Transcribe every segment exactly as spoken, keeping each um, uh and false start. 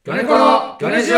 ギョネコのギョネジオ。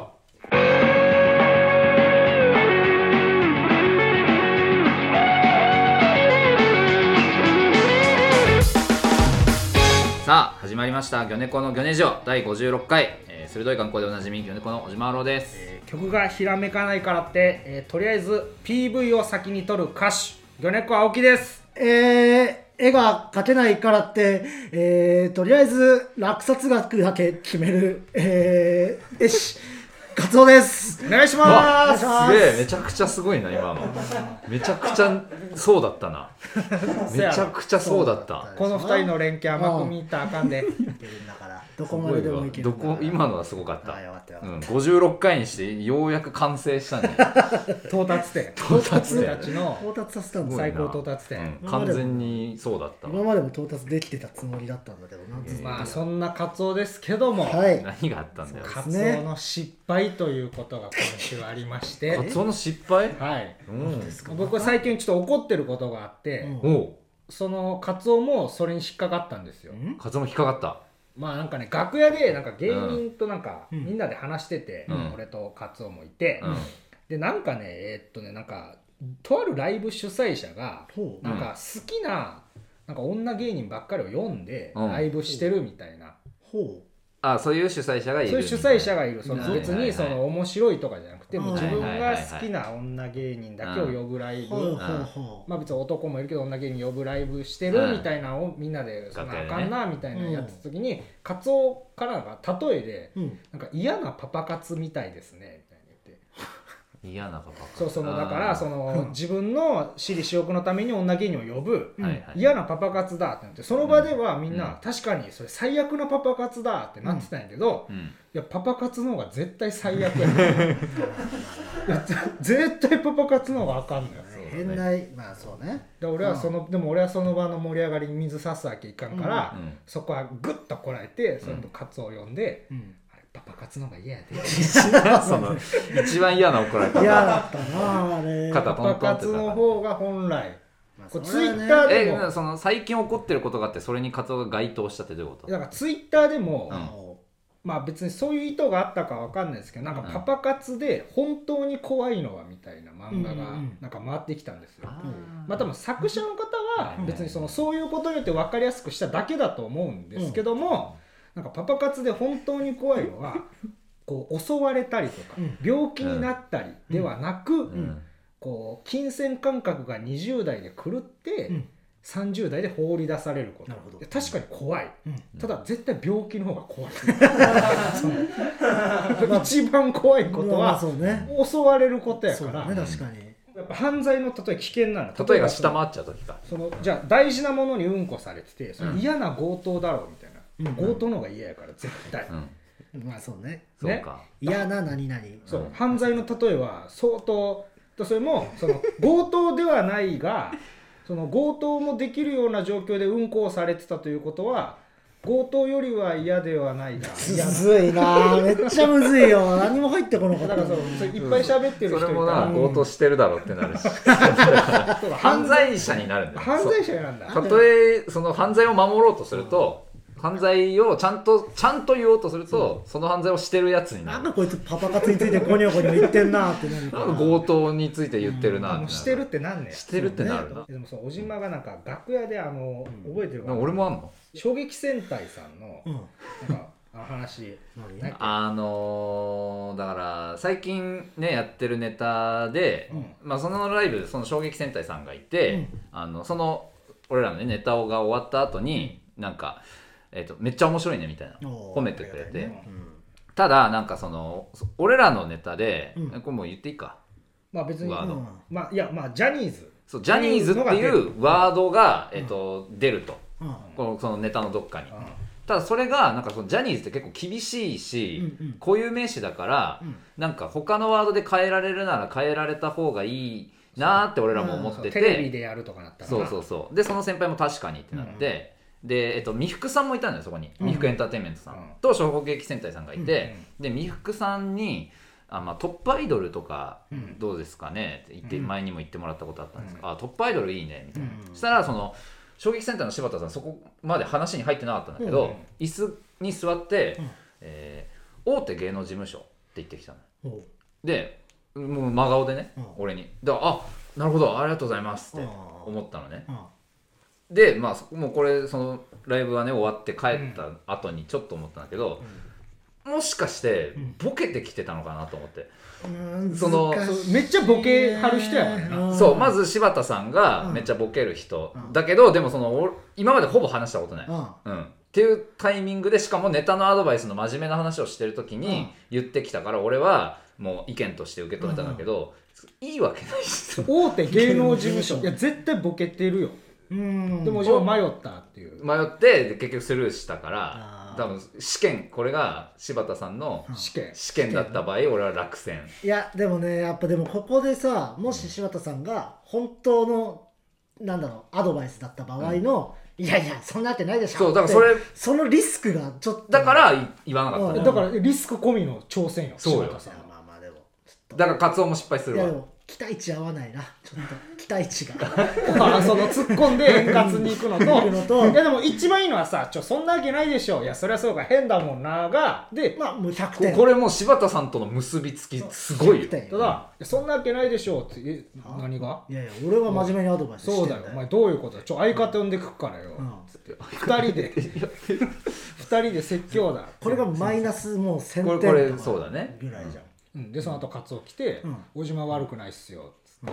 さあ始まりましたギョネコのギョネジオだいごじゅうろっかい、えー、鋭い観光でおなじみギョネコの小島アローです、 えー、曲がひらめかないからって、えー、とりあえず ピーブイ を先に撮る歌手ギョネコ青木です。 えー、絵が描けないからって、えー、とりあえず落札額だけ決める、えー、絵師カツオです。 お願いします。 すげえ、めちゃくちゃすごいな今の。めちゃくちゃそうだったな。めちゃくちゃそうだった。 このふたりの連携甘く見たらあかんで。 どこまででもいける。 どこ今のはすごかった。 あ、よかったよかった。 うん、ごじゅうろっかいにしてようやく完成したね。 到達点。 到達点。 たちの到達させたんだ。 最高到達点、 うん。完全にそうだった。 今までも到達できてたつもりだったんだけどな。 まあそんなカツオですけども、 はい、 何があったんだよ。 カツオの失敗ということが今週ありまして。 カツオの失敗？ はい。 うん、 僕は最近ちょっと怒ってることがあって、うん、そのカツオもそれに引っかかったんですよ。 カツオも引っかかった。 まあなんかね、楽屋でなんか芸人となんかみんなで話してて、うん、俺とカツオもいて、うん、でなんかねえー、っとねなんかとあるライブ主催者がなんか好きななんか女芸人ばっかりを読んでライブしてるみたいな、 うん、ほうあ、そういう主催者がいる。 そういう主催者がいる。その別にその面白いとかじゃなくて、もう自分が好きな女芸人だけを呼ぶライブ、まあ別に男もいるけど女芸人呼ぶライブしてるみたいなのをみんなでそんなあかんなみたいなやった時に、カツオからが例えでなんか嫌なパパ活みたいですねみたいに言って。 嫌なパパ活。 そうそう、だからその自分の私利私欲のために女芸人を呼ぶ嫌なパパ活だってなって、その場ではみんな確かにそれ最悪なパパ活だってなってたんやけど、いやパパ活の方が絶対最悪や絶対パパ活の方があかんのよ。 変ないまあそうね。 で俺はそのでも俺はその場の盛り上がりに水差すわけいかんから、そこはグッとこらえてそのカツオを呼んで。パパ活の方が嫌やでその一番嫌な怒られ方。 嫌だったなあれ。 パパ活の方が本来、まあこうツイッターでもえその最近起こってることがあってそれにカツオが該当したってどういうこと？ だからツイッターでも、うん、まあ別にそういう意図があったかわかんないですけど、なんかパパ活で本当に怖いのはみたいな漫画がなんか回ってきたんですよ。うんうん、まあ多分作者の方は別にそのそういうことによって分かりやすくしただけだと思うんですけども。うんなんかパパ活で本当に怖いのはこう襲われたりとか、うん、病気になったりではなく、うん、こう金銭感覚がにじゅう代で狂って、うん、さんじゅう代で放り出されること。確かに怖い、うん、ただ絶対病気の方が怖い一番怖いことは、まあね、襲われることやから、 ね、確かにやっぱ犯罪の例え危険なの。 例えが下回っちゃう時か。 そのじゃあ大事なものにうんこされててその嫌な強盗だろうみたいな、強盗の方が嫌やから絶対、 うん、まあそうね。 そうか。 嫌な何々。 そう、うん、犯罪の例えは相当それもその強盗ではないがその強盗もできるような状況でうんこをされてたということは強盗よりは嫌ではないが。むずいなめっちゃむずいよ。何も入ってこなかった。 だからそうそれいっぱい喋ってる人いたら、うん、 それもな強盗してるだろってなるし犯罪者になるんだよ。 犯罪者なんだ。 たとえその犯罪を守ろうとすると、うん、犯罪をちゃんとちゃんと言おうとすると そ, その犯罪をしてるやつになる。 なんかこいつパパ活についてゴニョゴニョ言ってんなってなるから。 強盗について言ってるなってなる、 うん、してるってなんねん。 してるってなるな、ね、 でもそう小島がなんか楽屋であの、うん、覚えてるかな。 俺もあんの衝撃戦隊さんの、うん、なんか話あのー、だから最近ねやってるネタで、うんまあ、そのライブその衝撃戦隊さんがいて、うん、あのその俺らの、ね、ネタが終わった後になんか、えーと、めっちゃ面白いねみたいな褒めてくれて、ねうん、ただなんかその俺らのネタで、うん、これもう言っていいかまあ別に、うん、まあいやまあジャニーズそうジャニーズっていうワードが、えーと、出ると、うん、このそのネタのどっかに、うん、ただそれがなんかそのジャニーズって結構厳しいし、うんうん、固有名詞だから、うん、なんか他のワードで変えられるなら変えられた方がいいなって俺らも思ってて、 テレビでやるとかなったらそうそうそうでその先輩も確かにってなって、うん、で、えっと、美福さんもいたんだよそこに、うん、美福エンターテインメントさん、うん、と衝撃戦隊さんがいて、うん、で美福さんにあ、まあ、トップアイドルとかどうですかねって言って、うん、前にも言ってもらったことあったんですけど、うん、あトップアイドルいいねみたいな、うん、そしたらその衝撃センターの柴田さんそこまで話に入ってなかったんだけど、うん、椅子に座って、うんえー、 大手芸能事務所って言ってきたので、もう真顔でね、うん、俺にだからあなるほどありがとうございますって思ったのね。でまあもうこれそのライブはね終わって帰った後にちょっと思ったんだけど、うん、もしかしてボケてきてたのかなと思って、 うん、そのめっちゃボケはる人やもんな。 そうまず柴田さんがめっちゃボケる人、うん、だけどでもその今までほぼ話したことない、うんうん、っていうタイミングでしかもネタのアドバイスの真面目な話をしてる時に言ってきたから、俺はもう意見として受け止めたんだけど、うん、いいわけないし大手芸能事務所いや絶対ボケてるよ。うんでも自分迷ったっていう迷ってで結局スルーしたから多分試験これが柴田さんの試験、試験だった場合俺は落選。 いやでもねやっぱでもここでさもし柴田さんが本当のなんだろうアドバイスだった場合の、うん、いやいやそんなわけないでしょ。 そうだからそれそのリスクがちょっとだから言わなかった、 うん、だからリスク込みの挑戦よ。 そうよ。 まあまあでもだからカツオも失敗するわ。 いやでも期待値合わないなちょっと期待値があその突っ込んで円滑に行くのといやでも一番いいのはさちょそんなわけないでしょいやそりゃそうか変だもんながでまあもうひゃくてんこ, これもう柴田さんとの結びつきすごいよ。 ただそんなわけないでしょってえ何がいやいや俺は真面目にアドバイスしてんだよ。 そうだよお前どういうことだちょ相方呼んでくからよ、うん、ふたりでふたりで説教だ。 これがマイナスもうせんてんこれこれそうだねぐらいじゃん。 うん、でその後カツオ来て「小島悪くないっすよ」 うん、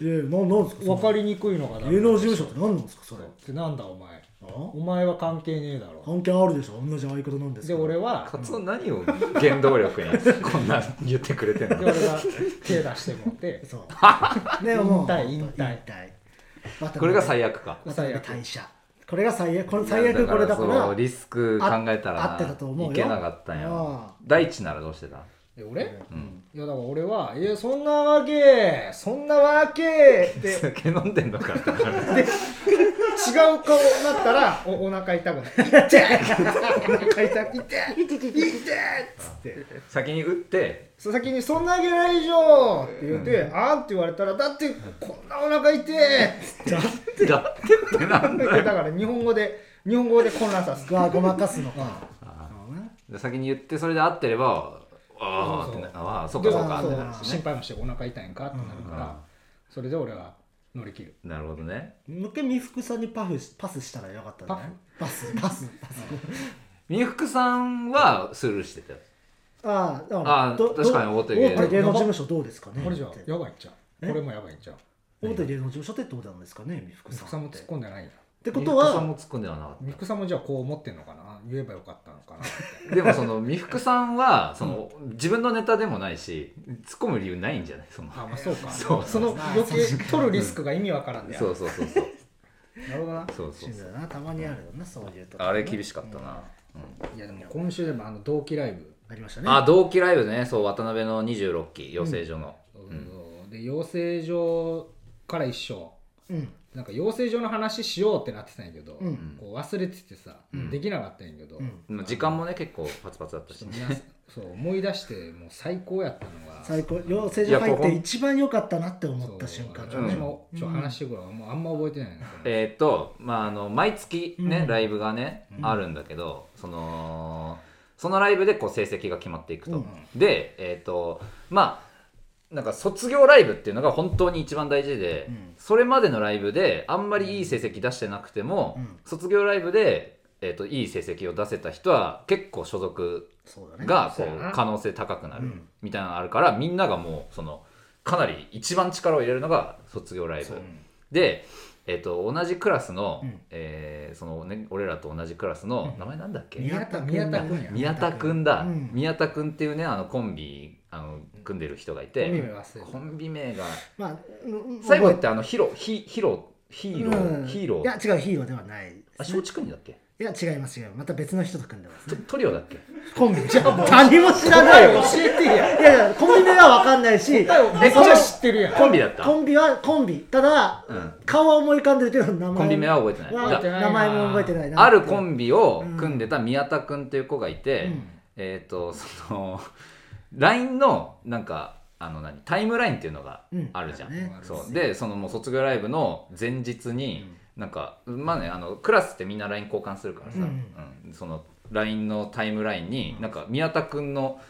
いやななんですか分かりにくいのが芸能事務所って何なんですかそれってなんだお前お前は関係ねえだろ。 関係あるでしょ同じ相方なんですで俺はカツオ何を原動力にこんな言ってくれてんの。 で俺が手出してもってそうでももう引退引退これが最悪か。 最悪退社これが最悪これ最悪これだからリスク考えたら合ってたと思うよ。 いけなかったんよ。第一ならどうしてたえ俺、うん、いやだから俺はいやそんなわけそんなわけで酒飲んでんのかってで違う顔なったら お, お腹痛くない痛いお腹痛く痛い痛い痛いっつって先に打って先にそんなわけないでしょって言って、うん、あんって言われたらだってこんなお腹痛いっつってだってだってってなんだよ。 だから日本語で日本語で混乱さすごまかすのかあ先に言ってそれで合ってればああってなああそうかそうかってなるし、ね、 心配もしてお腹痛いんかってなるから、うん、それで俺は乗り切る。 なるほどね。 もう一回美福さんにパフパスしたらよかったね。パスパスパス美福さんはスルーしてたよ。 ああああ確かに大手芸能事務所どうですかね。 これじゃやばいんちゃうこれもやばいんちゃう大手芸能事務所ってどうなんですかね。美福さん美福さんも突っ込んでないんだってことは美福さんも突っ込んではなかった。 美福さんもじゃあこう思ってんのかな言えばよかったのかなでもその美福さんはその、うん、自分のネタでもないし突っ込む理由ないんじゃないそのあ、まあ、そうかそうその余計取るリスクが意味わからんだよ、 うん、そうそうそうそうなるほどなそうそうそうなたまにあるよなそういうとこ、ね、 あれ厳しかったな、 うん、いやでも今週でもあの同期ライブありましたね。 あ同期ライブねそう渡辺のにじゅうろっき養成所の、 うんうん、で養成所から一緒、うんなんか養成所の話しようってなってたんやけど、うん、こう忘れててさ、うん、できなかったんやけど、 うん、時間もね結構パツパツだったし、ね、 そう思い出してもう最高やったのが最高養成所入って一番良かったなって思った瞬間。 私もちょっと話してくるわ、もうあんま覚えてないのえー、っとまああの毎月ね、うん、ライブがね、うん、あるんだけどそのそのライブでこう成績が決まっていくと、うん、でえー、っとまあなんか卒業ライブっていうのが本当に一番大事で、うん、それまでのライブであんまりいい成績出してなくても、うん、卒業ライブで、えーと、いい成績を出せた人は結構所属がこう可能性高くなるみたいなのがあるから、みんながもうそのかなり一番力を入れるのが卒業ライブで、えーと、同じクラスの、うんえーそのね、俺らと同じクラスの、うん、名前なんだっけ宮田宮田君や宮田君だ、うん、宮田君っていうねあのコンビあの組んでる人がいて、コンビ名が、まあ、最後ってあのヒロヒヒロヒーロー、うん、ヒーローいや違うヒーローではない、ね、 あ松竹組だっけいや違います違いますまた別の人と組んでます、 ね、トリオだっけコンビじゃあ何も知らないよ教えてやいやいやコンビ名は分かんないしえこれ知ってるやんコンビだったコンビはコンビただ、うん、顔は思い浮かんでるけど名前コンビ名は覚えてない名前も覚えてないなあるコンビを組んでた宮田君っていう子がいて、うん、えっ、ー、とその ライン のなんかあの何タイムラインっていうのがあるじゃん、うんね、そうでそのもう卒業ライブの前日に、うん、なんかまあねあのクラスってみんな ライン 交換するからさ、うんうん、その ライン のタイムラインになんか宮田くんの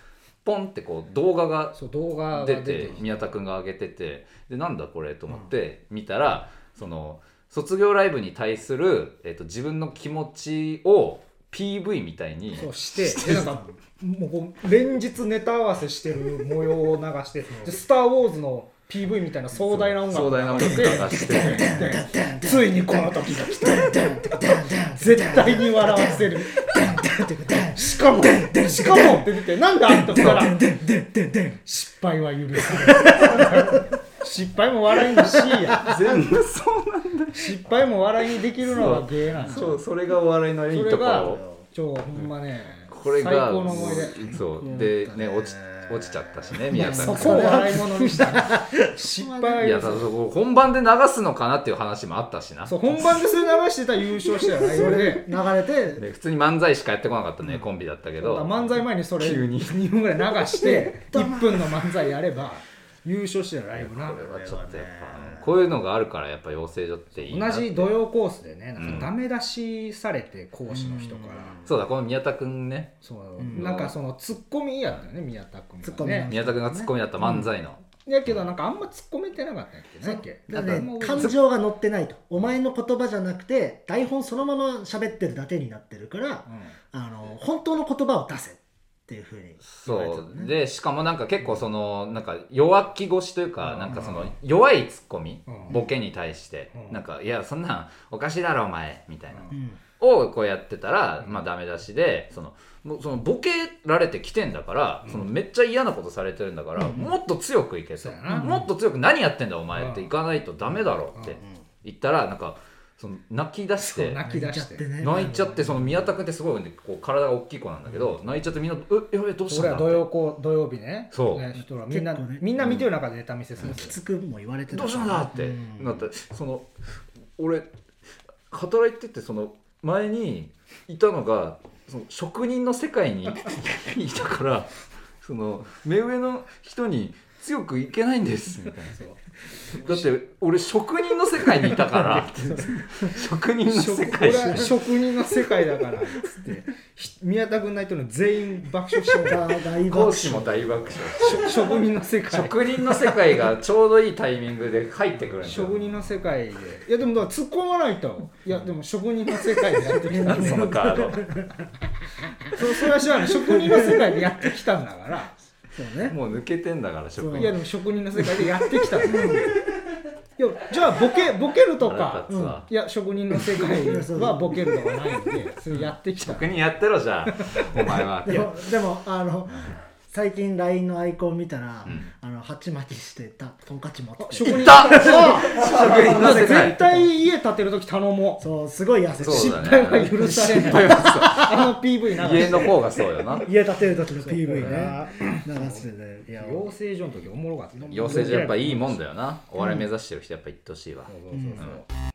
ポンってこう動画がそう動画が出出てて宮田くんが上げててでなんだこれと思って見たら、うん、その卒業ライブに対する、えーと、自分の気持ちを ピーブイ みたいにそうしてでなんかもうこう連日ネタ合わせしてる模様を流してでスター・ウォーズの ピーブイ みたいな壮大な音楽を流してついにこの時が来た絶対に笑わせるしかもしかもって出てなんだって言ったら失敗は許される失敗も笑いにしや全部そうなんだ失敗も笑いにできるのが芸なんですよ。それがお笑いのいいところちょほんまねこれが最高の思い出そうでね落ち落ちちゃったしね宮田そこを笑い物にした失敗いや本番で流すのかなっていう話もあったしなそう本番でそれ流してたら優勝したらそれで流れてで普通に漫才しかやってこなかったね、うん、コンビだったけど漫才前にそれにふんぐらい流していっぷんの漫才やれば優勝してたライブな。 これはちょっとやっぱこういうのがあるからやっぱ養成所っていいなって。 同じ土曜コースでねなんかダメ出しされて講師の人から、うん、 そうだこの宮田くんねそう、うん、なんかそのツッコミやったよね宮田くんがね宮田くんがツッコミだった漫才の、 うん、だけどなんかあんまツッコめてなかったっけなんっけだからね感情が乗ってないとお前の言葉じゃなくて台本そのまま喋ってるだけになってるから、うん、あの本当の言葉を出せっていう風に言われてるね。 そうでしかもなんか結構そのなんか弱気腰というか、うん、なんかその弱いツッコミ、うん、ボケに対して、うん、なんかいやそんなんおかしいだろお前みたいな、うん、をこうやってたら、まあダメ出しでそのそのボケられてきてんだから、うん、そのめっちゃ嫌なことされてるんだから、うん、もっと強くいけと、うん、もっと強く何やってんだお前っていかないとダメだろって言ったらなんかその泣き出して泣き出して泣いちゃってその宮田君ってすごい、ね、こう体が大きい子なんだけど、うん、泣いちゃってみんな「えやべえどうしたんだ?」って俺は土曜、土曜日ねそう、 ね、人らみんな、ね、みんな見てる中でネタ見せするんですよ、 きつくも言われてたどうしたんだって、うん、なってその俺働いててその前にいたのがその職人の世界にいたからその目上の人に強くいけないんですみたいなだって俺職人の世界にいたから職人の世界俺は職人の世界だからっつって宮田君泣いてるの全員爆笑して大講師も大爆笑職人の世界職人の世界がちょうどいいタイミングで入ってくるんだよ職人の世界でいやでもだから突っ込まないといやでも職人の世界でやってきたんだそのカードそ, それは知らない職人の世界でやってきたんだからそうね、もう抜けてんだから職人いやでも職人の世界でやってきたんだいやじゃあボケボケるとか、うん、いや職人の世界はボケるとかないんでそれやってきた職人やってろじゃあお前はでもでもあの最近 ライン のアイコン見たら、うん、あの鉢巻きしてたトンカチ持って職人だ職人の世界絶対家建てるとき頼もうそうすごい痩せて、 ね、失敗は許されないあの ピーブイ 流家の方がそうよな家建てるときの ピーブイ ね流してねいや養成所の時おもろかった養成所やっぱいいもんだよなお笑い目指してる人やっぱ行ってほしいわ、うん、そうそうそうそう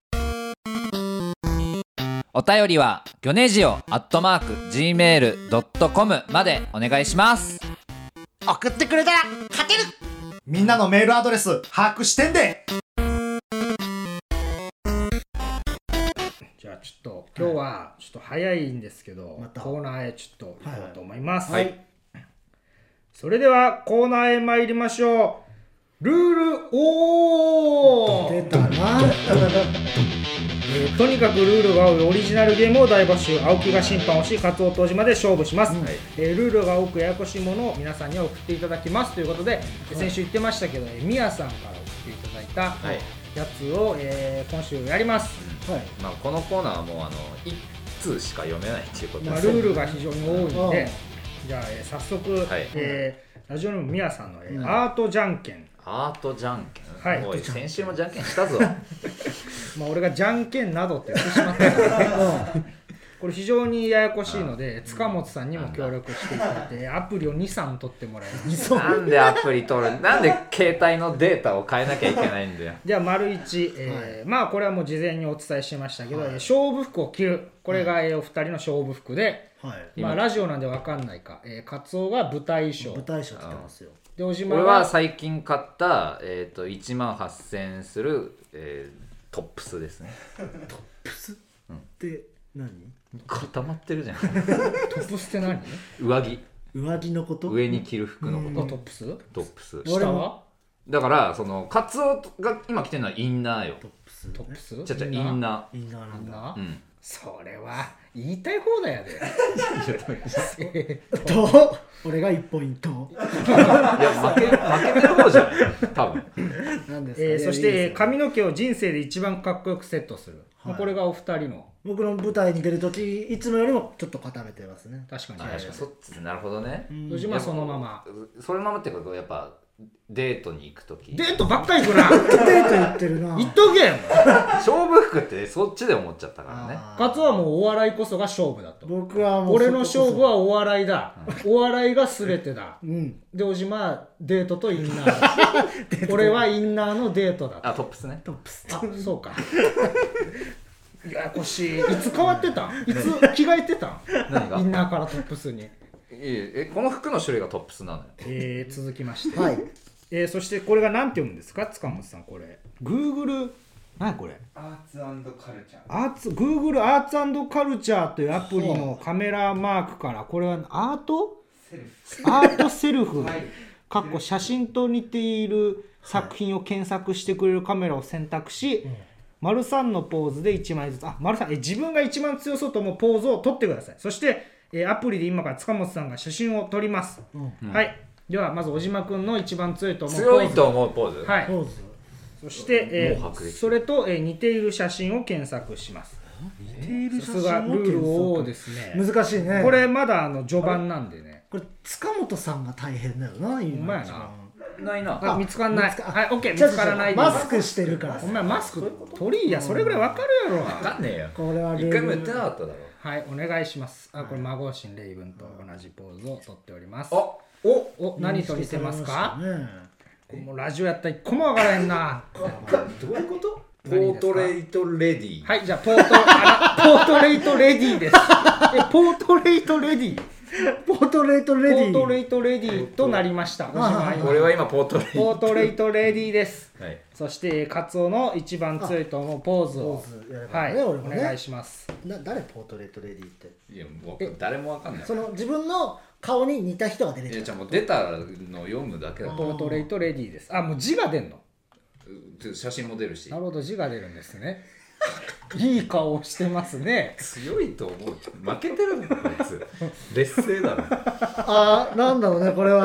お便りはギョネジオアットマーク ジーメールドットコム までお願いします。 送ってくれたら勝てる。みんなのメールアドレス把握してんで。 じゃあちょっと今日はちょっと早いんですけど、またコーナーへちょっと行こうと思います、はいはい、それではコーナーへ参りましょう。ルールおー出たなえー、とにかくルールが多いオリジナルゲームを大募集。青木が審判をしカツオ当時まで勝負します、うんはいえー、ルールが多くややこしいものを皆さんには送っていただきますということで、はい、先週言ってましたけどみやさんから送っていただいたやつを、えー、今週やります、 うんはいまあ、このコーナーはもうあのいっつうしか読めないっていうことです、 まあ、ルールが非常に多いのでじゃあ、えー、早速、はいえー、ラジオネームみやさんの、えーうん、アートじゃんけんアートじゃんけん、 はい、 おい先週もじゃんけんしたぞまあ俺がじゃんけんなどって言ってしまったからねこれ非常にややこしいので塚本さんにも協力していただいてアプリをに、さん取ってもらいますなんでアプリ取るなんで携帯のデータを変えなきゃいけないんだよじゃあ丸いち、えーはい、まあこれはもう事前にお伝えしましたけど、はい、勝負服を着るこれが、はい、お二人の勝負服で、はいまあ、ラジオなんで分かんないか、えー、カツオが舞台衣装舞台衣装着てますよで小島俺は最近買った、えー、といちまんはっせんえんする、えー、トップスですねトップスって何固まってるじゃんトップスって何上着上着のこと？ 上に着る服のこと、 トップス？ トップス。 下は？ だからそのカツオが今着てるのはインナーよ。 トップス、 トップス？ ちゃちゃインナー。インナーなんだ。 うん。 それは言いたい放題やで。 と俺がいちポイント。 いや負け負けてる方じゃない多分。 なんですか、えー、そして髪の毛を人生で一番かっこよくセットする、はい、これがお二人の。 僕の舞台に出るときいつもよりもちょっと固めてますね。 確かに。 確かにそっちなるほどね。 小島はそのまま。 そのままってことはやっぱデートに行くとき。 デートばっかり行くな。 デート行ってるな。 行っとけよ。 勝負服ってそっちで思っちゃったからね。 カツはもうお笑いこそが勝負だと。 僕はもう俺の勝負はお笑いだ。うん、お笑いが全てだ。 うん、 で小島はデートとインナーだ。俺はインナーのデートだと。 あトップスね。 トップス。 あそうか。ややこしい。いつ変わってたん？いつ着替えてたん？ 何が？ インナーからトップスに。 えこの服の種類がトップスなのよ。 えー、続きまして、 はい。 えー、そしてこれが何て読むんですか塚本さん。これ Google 何これアーツ&カルチャーアーツ Google アーツ&カルチャーというアプリのカメラマークからこれはアートセルフアートセルフはいかっこ写真と似ている作品を検索してくれるカメラを選択し、はい、丸さんのポーズでいちまいずつあ丸さんえ自分が一番強そうと思うポーズを撮ってください。そしてえアプリで今から塚本さんが写真を撮ります、うん、はいではまず小島くんの一番強いと思うポーズ強いと思うポーズはいポーズそして、えー、それと、えー、似ている写真を検索します。 似ている写真をさすがルールをですね難しいねこれまだあの序盤なんでねこれ塚本さんが大変だよな今。 うまいなないなあ見つかんないはい OK 見つからないマスクしてるからお前マスク取りやそれぐらいわかるやろわかんねえよこれは一回もやってなかっただろはいお願いします。あこれ孫神レイブンと同じポーズを取っております。 おおお何と似てますか、ね、もうラジオやったら一個もわからへんなどういうことポートレートレディはいじゃあポートあポートレートレディですえポートレートレディポートレートレディポートレートレディとなりました。 これは今ポートレートポートレートレディです、 はい、 そしてカツオの一番強いと思うポーズをはい、ね、お願いします。 な誰ポートレートレディっていやもう誰もわかんないその自分の顔に似た人が出てきた。 いやじゃあもう出たの読むだけだポートレートレディです。あもう字が出んの写真も出るしなるほど字が出るんですねいい顔をしてますね。 強いと思う負けてるんだこいつ劣勢だろあーなんだろうねこれ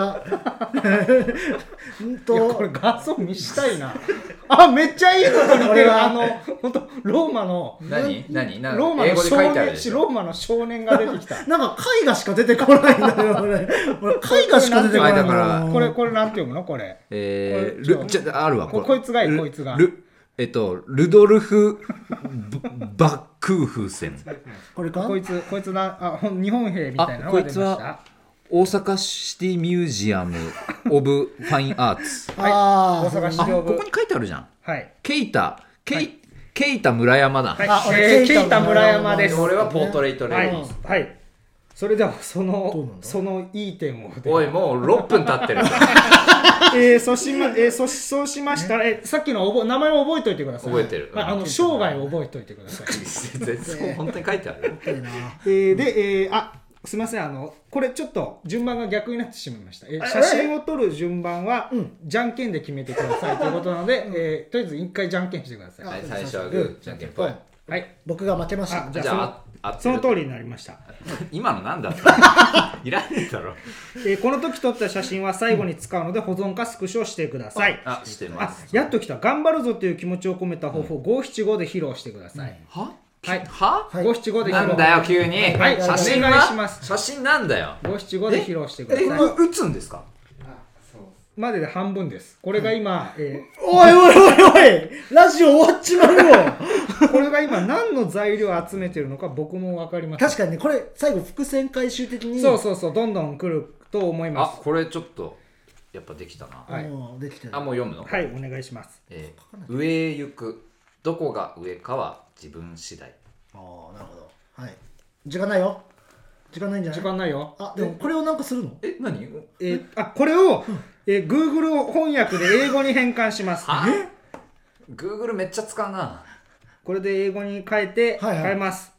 はいやこれ画像見したいなあめっちゃいいのと似てるあの本当ローマの何何何ローマの少年ローマの少年が出てきたなんか絵画しか出てこないんだよ俺俺絵画しか出てこないんだからこれこれなんて読むのこれえー、ルじゃあるわこれこいつがいいこいつがルえっとルドルフバックーフセンこれかこいつこいつなあ日本兵みたいなのが出ました。 こいつは大阪シティミュージアムオブファインアーツはい大阪シティオブここに書いてあるじゃんはいケイタケイ、 はい、 ケイタ村山だはいあ俺、えー、ケイタ村山です。 俺はポートレートレディー、 はい、はい、それではそのそのいい点をおいもうろっぷん経ってるえー、そしまえー、そそうしましたら、えー、さっきのおぼ名前を覚えておいてください。 覚えてる、 まあ、あの生涯を覚えておいてください絶対本当に書いてあるえー、で、えー、あすみませんあのこれちょっと順番が逆になってしまいました。えー、写真を撮る順番は、うん、じゃんけんで決めてくださいということなので、うんえー、とりあえず一回じゃんけんしてください。 はい、最初はグーじゃんけんぽい。 はい、 僕が負けました。 あじゃあ、じゃあその通りになりました今のなんだったいらねえだろ、 えー、この時撮った写真は最後に使うので保存かスクショしてください。 あ、あしてます。 あやっときた頑張るぞという気持ちを込めた抱負を五七五で披露してください、 うん、ははい、 は五七五で披露なんだよ急に、 はい、写真お願いします。 写真なんだよ五七五で披露してください。 ええ打つんですかまでで半分です。これが今、えー、おいおいおいおいラジオ終わっちまうよこれが今何の材料を集めてるのか僕も分かりません。 確かにねこれ最後伏線回収的にそうそうそうどんどん来ると思います。 あこれちょっとやっぱできたな、 はい、 もうできてる。 あもう読むのはいお願いします、 えー、上へ行くどこが上かは自分次第。 ああなるほどはい時間ないよ時間ないんじゃない時間ないよ。 あでもこれをなんかするのえ何えー、あこれを、うんえー、Google 翻訳で英語に変換します。 え Google めっちゃ使うな。 これで英語に変えて、 はいはい、 変えます。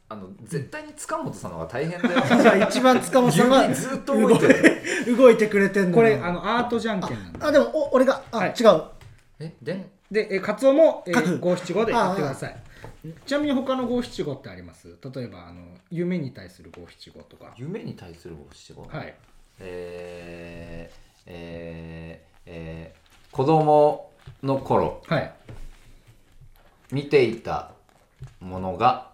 あの絶対に塚本さんの方が大変だよじゃあ一番塚本さんがずっと動いてる動いてくれてんの。 これあのアートじゃんけんなんだ。 あでもお俺があ、 はい、 違う。 えででえカツオも書く五七五で言ってください。ちなみに他の五七五ってあります？例えばあの夢に対する五七五とか。 夢に対する五七五。 はい。 えー、えー、えー、子供の頃、 はい、 見ていたものが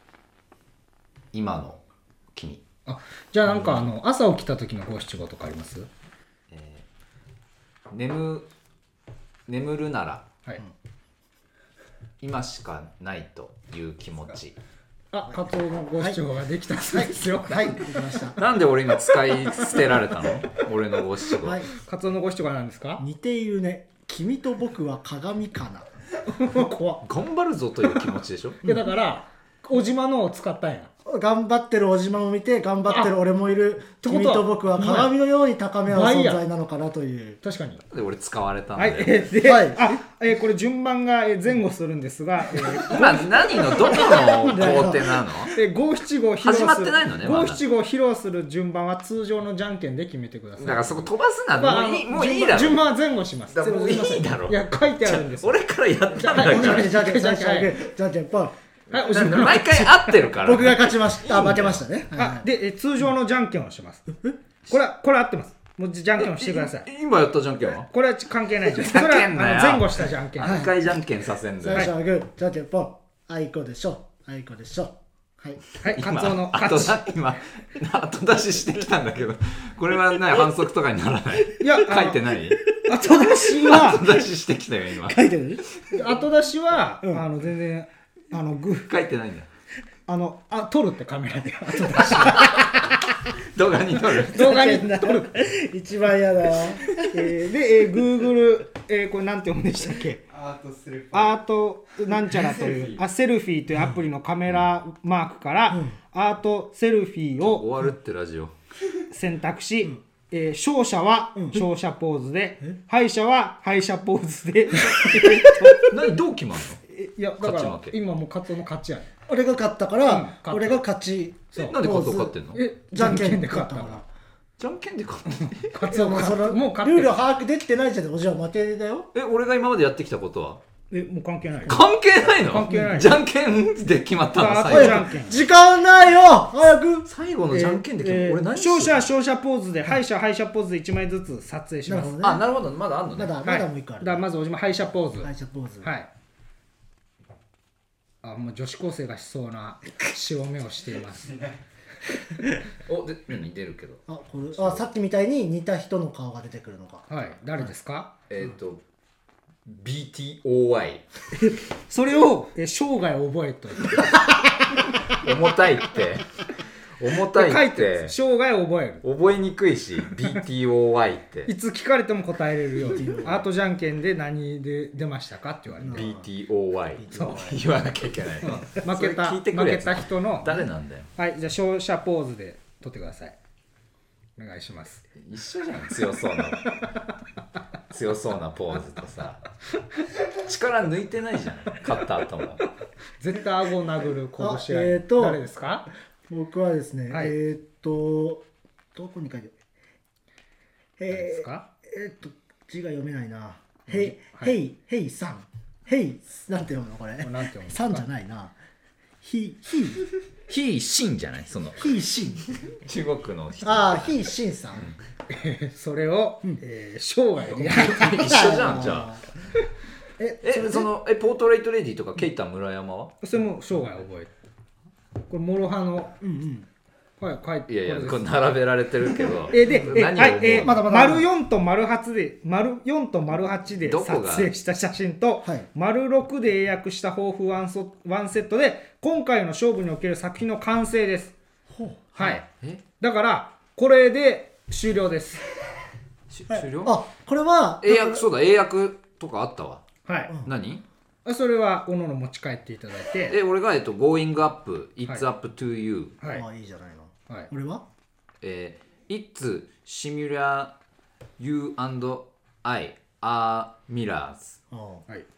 今の君。 あ、じゃあなんかあの朝起きた時の五七五とかあります？ えー、眠眠るなら、 はい、 今しかないという気持ち。 あ、カツオの五七五ができたんですよ。 はい、はい、できました。 なんで俺今使い捨てられたの？俺の五七五。 はい、 カツオの五七五は何ですか？ 似ているね。君と僕は鏡かな。 怖っ。 頑張るぞという気持ちでしょ。 いやだから小島のを使ったんや。 頑張ってる小島を見て頑張ってる俺もいる。君ことはと僕は鏡のように高め合う存在なのかなという。 確かに。 で俺使われたんはい、 で、 えーで、 はい、 あ、えーこれ順番がえー前後するんですが、えー今何のどこの工程なの？ えー五七五披露する始まってないのねまだ五七五披露する順番は通常のじゃんけんで決めてください。 だからそこ飛ばすな、 まあもういい、 あのもういいだろ。 順番は前後します。 だからもういいだろ。 いや書いてあるんですよ。 俺からやったんだかはいじゃんら。 けんじゃんけんじゃんけんじゃんけんじゃんけんぽん。 はい、おしまい。 毎回合ってるから。 僕が勝ちました。あ、負けましたね。はいはいあ、で、えー通常のじゃんけんをします。これはこれ合ってます。もうじゃんけんをしてください。 い今やったじゃんけんはこれは関係ないじゃん。 ふざそれはけんなよあの前後したじゃんけん。 何回じゃんけんさせんだよ。 最初はグー、じゃんけんぽん。あいこでしょ。あいこでしょ。はい。 はい、カ今ツオの後勝ち。 だ今後出ししてきたんだけど、これはない反則とかにならない。 いやあの書いてない後出しは後出ししてきたよ今。 書いてる？ 後出しは、 うんあの全然あのグー書いてないんだよ。 あのあ撮るってカメラで後出し動画に撮る。 動画に撮る。 一番嫌だよ。 えーで、えー、Google、えー、これなんて読むんでしたっけ？ アートするアートなんちゃらというあセルフィーというアプリのカメラマークから、うん、アートセルフィーを終わるってラジオ選択し、うんえー、勝者は勝者ポーズで、うん、敗者は敗者ポーズで何どう決まるの？ いやだから今もうカツオの勝ちやね。 俺が勝ったから、 うん、 俺が勝ち。 えなんでカツオ勝ってんの？ えじゃんけんで勝ったから。 じゃんけんで勝ってんの？ カツオもそのもう勝ってる。 ルール把握できてないじゃん。おじは負けだよ。 え俺が今までやってきたことは？ えもう関係ない。 関係ないの？ 関係ない。 じゃんけんで決まったの？ 最後じゃんけん。 時間ないよ。早く。 最後のじゃんけんで決まった。 えー、 俺何勝者勝者ポーズで敗者敗者ポーズでいちまいずつ撮影します。 なるほどね、 あなるほどまだあんのね。 まだまだもう一個ある。 だからまずおじま敗者ポーズ。 敗者ポーズ。 はい。あもう女子高生がしそうな潮目をしています。 おで何出るけど。 あこれあさっきみたいに似た人の顔が出てくるのか。 はい誰ですか？ えっ、ー、と ビーティーオーワイそれをえ生涯覚えといて。 重たいって重たいって書いてる生涯覚える覚えにくいし ビーティーオーワイ っていつ聞かれても答えれるようにアートじゃんけんで何で出ましたかって言われてビーティーオーワイそう言わなきゃいけない、 うん、負けた聞いてくるやつ負けた人の誰なんだよ。 はいじゃあ勝者ポーズで撮ってくださいお願いします。 一緒じゃん強そうな強そうなポーズとさ力抜いてないじゃん勝った後も絶対顎殴る拳合い、 えーと誰ですか？ 僕はですね、はい、えー、っとどこに書いてるえー、 ですか？ えー、っと字が読めないな。へい、はい、へい、へいさん。へい、なんて読むのこれ。 これなんて読むの？ さんじゃないな。ひ、ひ、 ひしんじゃないそのひしん。 中国の人。 ああ、ひしんさん。 それを、うんえー、生涯で一緒じゃんじゃあ。 え、 え、そ, そのえポートレートレディとかケイタ村山は？ それも生涯覚える。これモロハの、 うんうんはい、書いていやいやこれ並べられてるけどえでえ何をはいえまだまだ丸よんと丸はちで丸よんと丸はちで撮影した写真と、 はい、 丸ろくで英訳した抱負ワンソワンセットで今回の勝負における作品の完成です。 ほうはいえだからこれで終了です。 終了？ あこれは英訳そうだ英訳とかあったわ。 はい、 うん、何？ それはおのおの持ち帰っていただいてえ俺がえっと Going Up It's Up to You はい、 あいいじゃないの、 はい、 俺はえー、It's similar You and I are mirrors はい、こ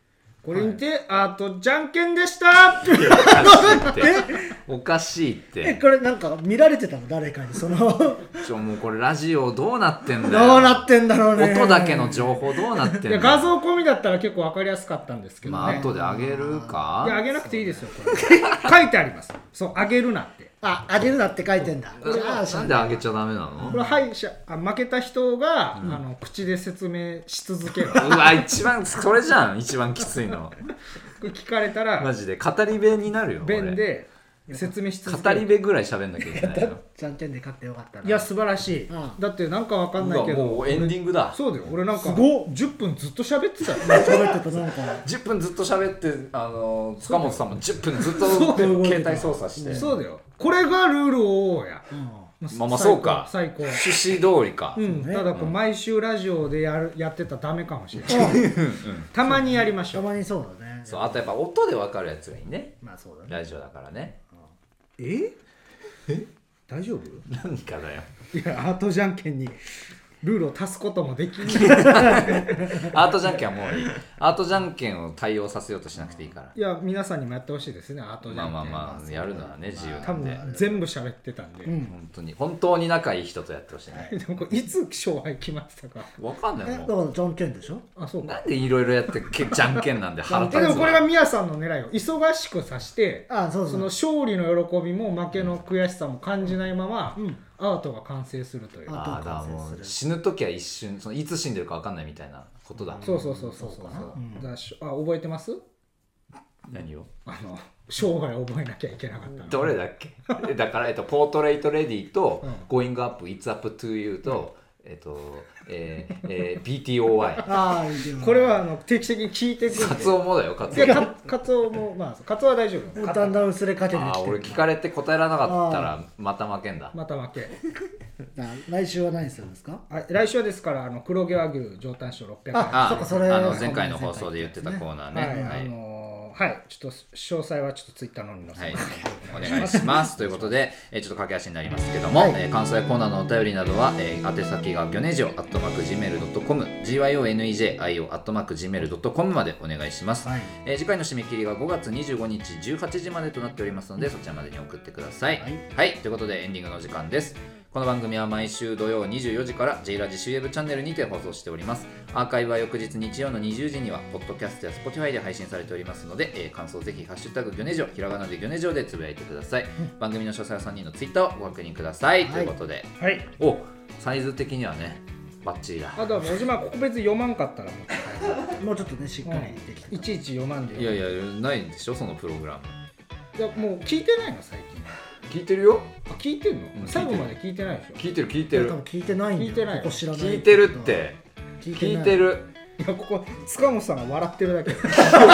これにてあとじゃんけんでした。 おかしいって。 え、これなんか見られてたの誰かにそのちょもうこれラジオどうなってんだよ。 どうなってんだろうね。 音だけの情報どうなってんだよ。 いや画像込みだったら結構分かりやすかったんですけどね。 まあ後であげるか。 いやあげなくていいですよこれ。書いてあります。そうあげるなって。 あ、あげるなって書いてんだ。 じゃあなんであげちゃダメなの？ これ敗者あ負けた人が、うん、あの口で説明し続ける。 うわ一番それじゃん一番きついの。 聞かれたらマジで語り部になるよ。 弁で説明し続ける。 語り部ぐらい喋んなきゃいけないよ。 じゃんけんで勝ってよかったな。 いや素晴らしい、うん、だってなんかわかんないけどもうエンディングだ。 そうだよ俺なんかじゅっぷんずっと喋ってたよ。 喋ってたなんかじゅっぷんずっと喋ってあの塚本さんもじゅっぷんずっと携帯操作して。 そうだよこれがルールをや、うんまあまあそうか最高趣旨通りか、 うん、ただこう毎週ラジオでやるやってたらダメかもしれない。たまにやりましょう。 たまにそうだね。 そうあとやっぱ音で分かるやつがいいね。 まあそうだね。 ラジオだからね。 ええ大丈夫？ 何かだよ。 いやアートじゃんけんにルールを足すこともできない。 アートじゃんけんはもういい。アートじゃんけんを対応させようとしなくていいから。 いや皆さんにもやってほしいですねアートじゃんけん。 まあまあまあやるのはね自由なんで。 多分全部喋ってたんで、 うん、本当に本当に仲いい人とやってほしいね。 でもこれいつ勝敗決まってたかわかんないもん。 だからじゃんけんでしょ。 あそうか。 なんでいろいろやってじゃんけんなんで腹立つ。 でもこれが宮さんの狙いを忙しくさして、 あそうそうその勝利の喜びも負けの悔しさも感じないまま、うんアートが完成するという。 ああだからもう死ぬ時は一瞬そのいつ死んでるか分かんないみたいなことだ。 そうそうそうそうそうそう、うん、だあ覚えてます？ 何を？ あの生涯覚えなきゃいけなかった。 どれだっけ？だからえっとポートレートレディと、うん、Going Up It's Up to You と、うん、えっとえーえー、ピーティーオーワイあこれはあの定期的に聞いてくるんで。 カツオもだよカツオ。 いやかカツオもまあカツオは大丈夫。 だんだん薄れかけてきて。 あ俺聞かれて答えられなかったらまた負けんだ。 また負け。 来週は何するんですか？ あ来週はですからあの黒毛和牛上タン塩ろっぴゃくえん。 あそっかそれあの前回の放送で言ってたコーナーね。 はい、はい、あのーはい、ちょっと詳細はちょっとツイッターの方に載せます、 はい、お願いしますということで、えー、ちょっと駆け足になりますけども、はいえー、感想やコーナーのお便りなどは、えー、宛先がギョネジオアットマークジメールドットコム ジーワイオーエヌイージェーアイオーアットマークジメールドットコム までお願いします、はいえー、次回の締め切りがごがつにじゅうごにちじゅうはちじまでとなっておりますので、そちらまでに送ってください、はい、はい、ということでエンディングの時間です。この番組は毎週土曜にじゅうよじから J ラジ シーウェブチャンネルにて放送しております。アーカイブは翌日日曜のにじゅうじにはポッドキャストや Spotify で配信されておりますので、えー、感想ぜひハッシュタグギョネジオひらがなでギョネジオでつぶやいてください、うん、番組の詳細はさんにんのツイッターをご確認ください、はい、ということで、 はい、 おサイズ的にはねバッチリだ。 あとは小島ここ別に読まんかったらもうもうちょっとねしっかりできて、 うん、いちいち読まんで。 いやいやないでしょそのプログラム。 いやもう聞いてないの最近。 聞いてるよ。 あ聞いてんの、うん、最後まで聞いてないでしょ。 聞いてる聞いてる。 多分聞いてないんだよ。 聞いてない。 ここ知らない。 聞いてるって聞いて, 聞いてる。 いやここ塚本さんが笑ってるだけ。怖っ。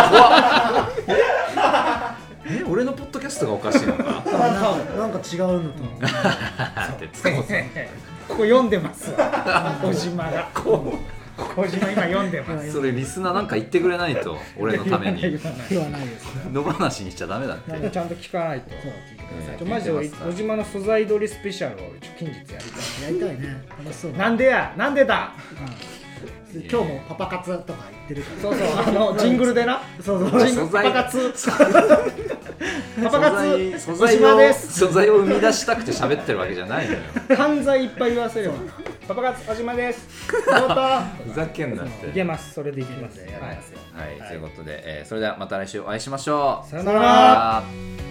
え俺のポッドキャストがおかしいのか。 なんかなんか違うのと思う。 って塚本さん。 ここ読んでますわ。小島が。小島今読んでます。 それリスナーなんか言ってくれないと俺のために言わないです。 野放しにしちゃダメだって。 ちゃんと聞かないと。そう聞いてください。マジで小島の素材撮りスペシャルを近日やりたい。 やりたいね。楽しそう。 なんでやなんでだ。 今日もパパ活とか言ってるから。 そうそうあのジングルでな。 そうそう。 素材パパ活。パパ活素材を素材を生み出したくて喋ってるわけじゃないのよ。 犯罪いっぱい言わせるわ。パパ活小島です。どうぞ。 ふざけんなって。 いけます。それでいきます。 はい。はい。ということで、えー、それではまた来週お会いしましょう。 さよなら。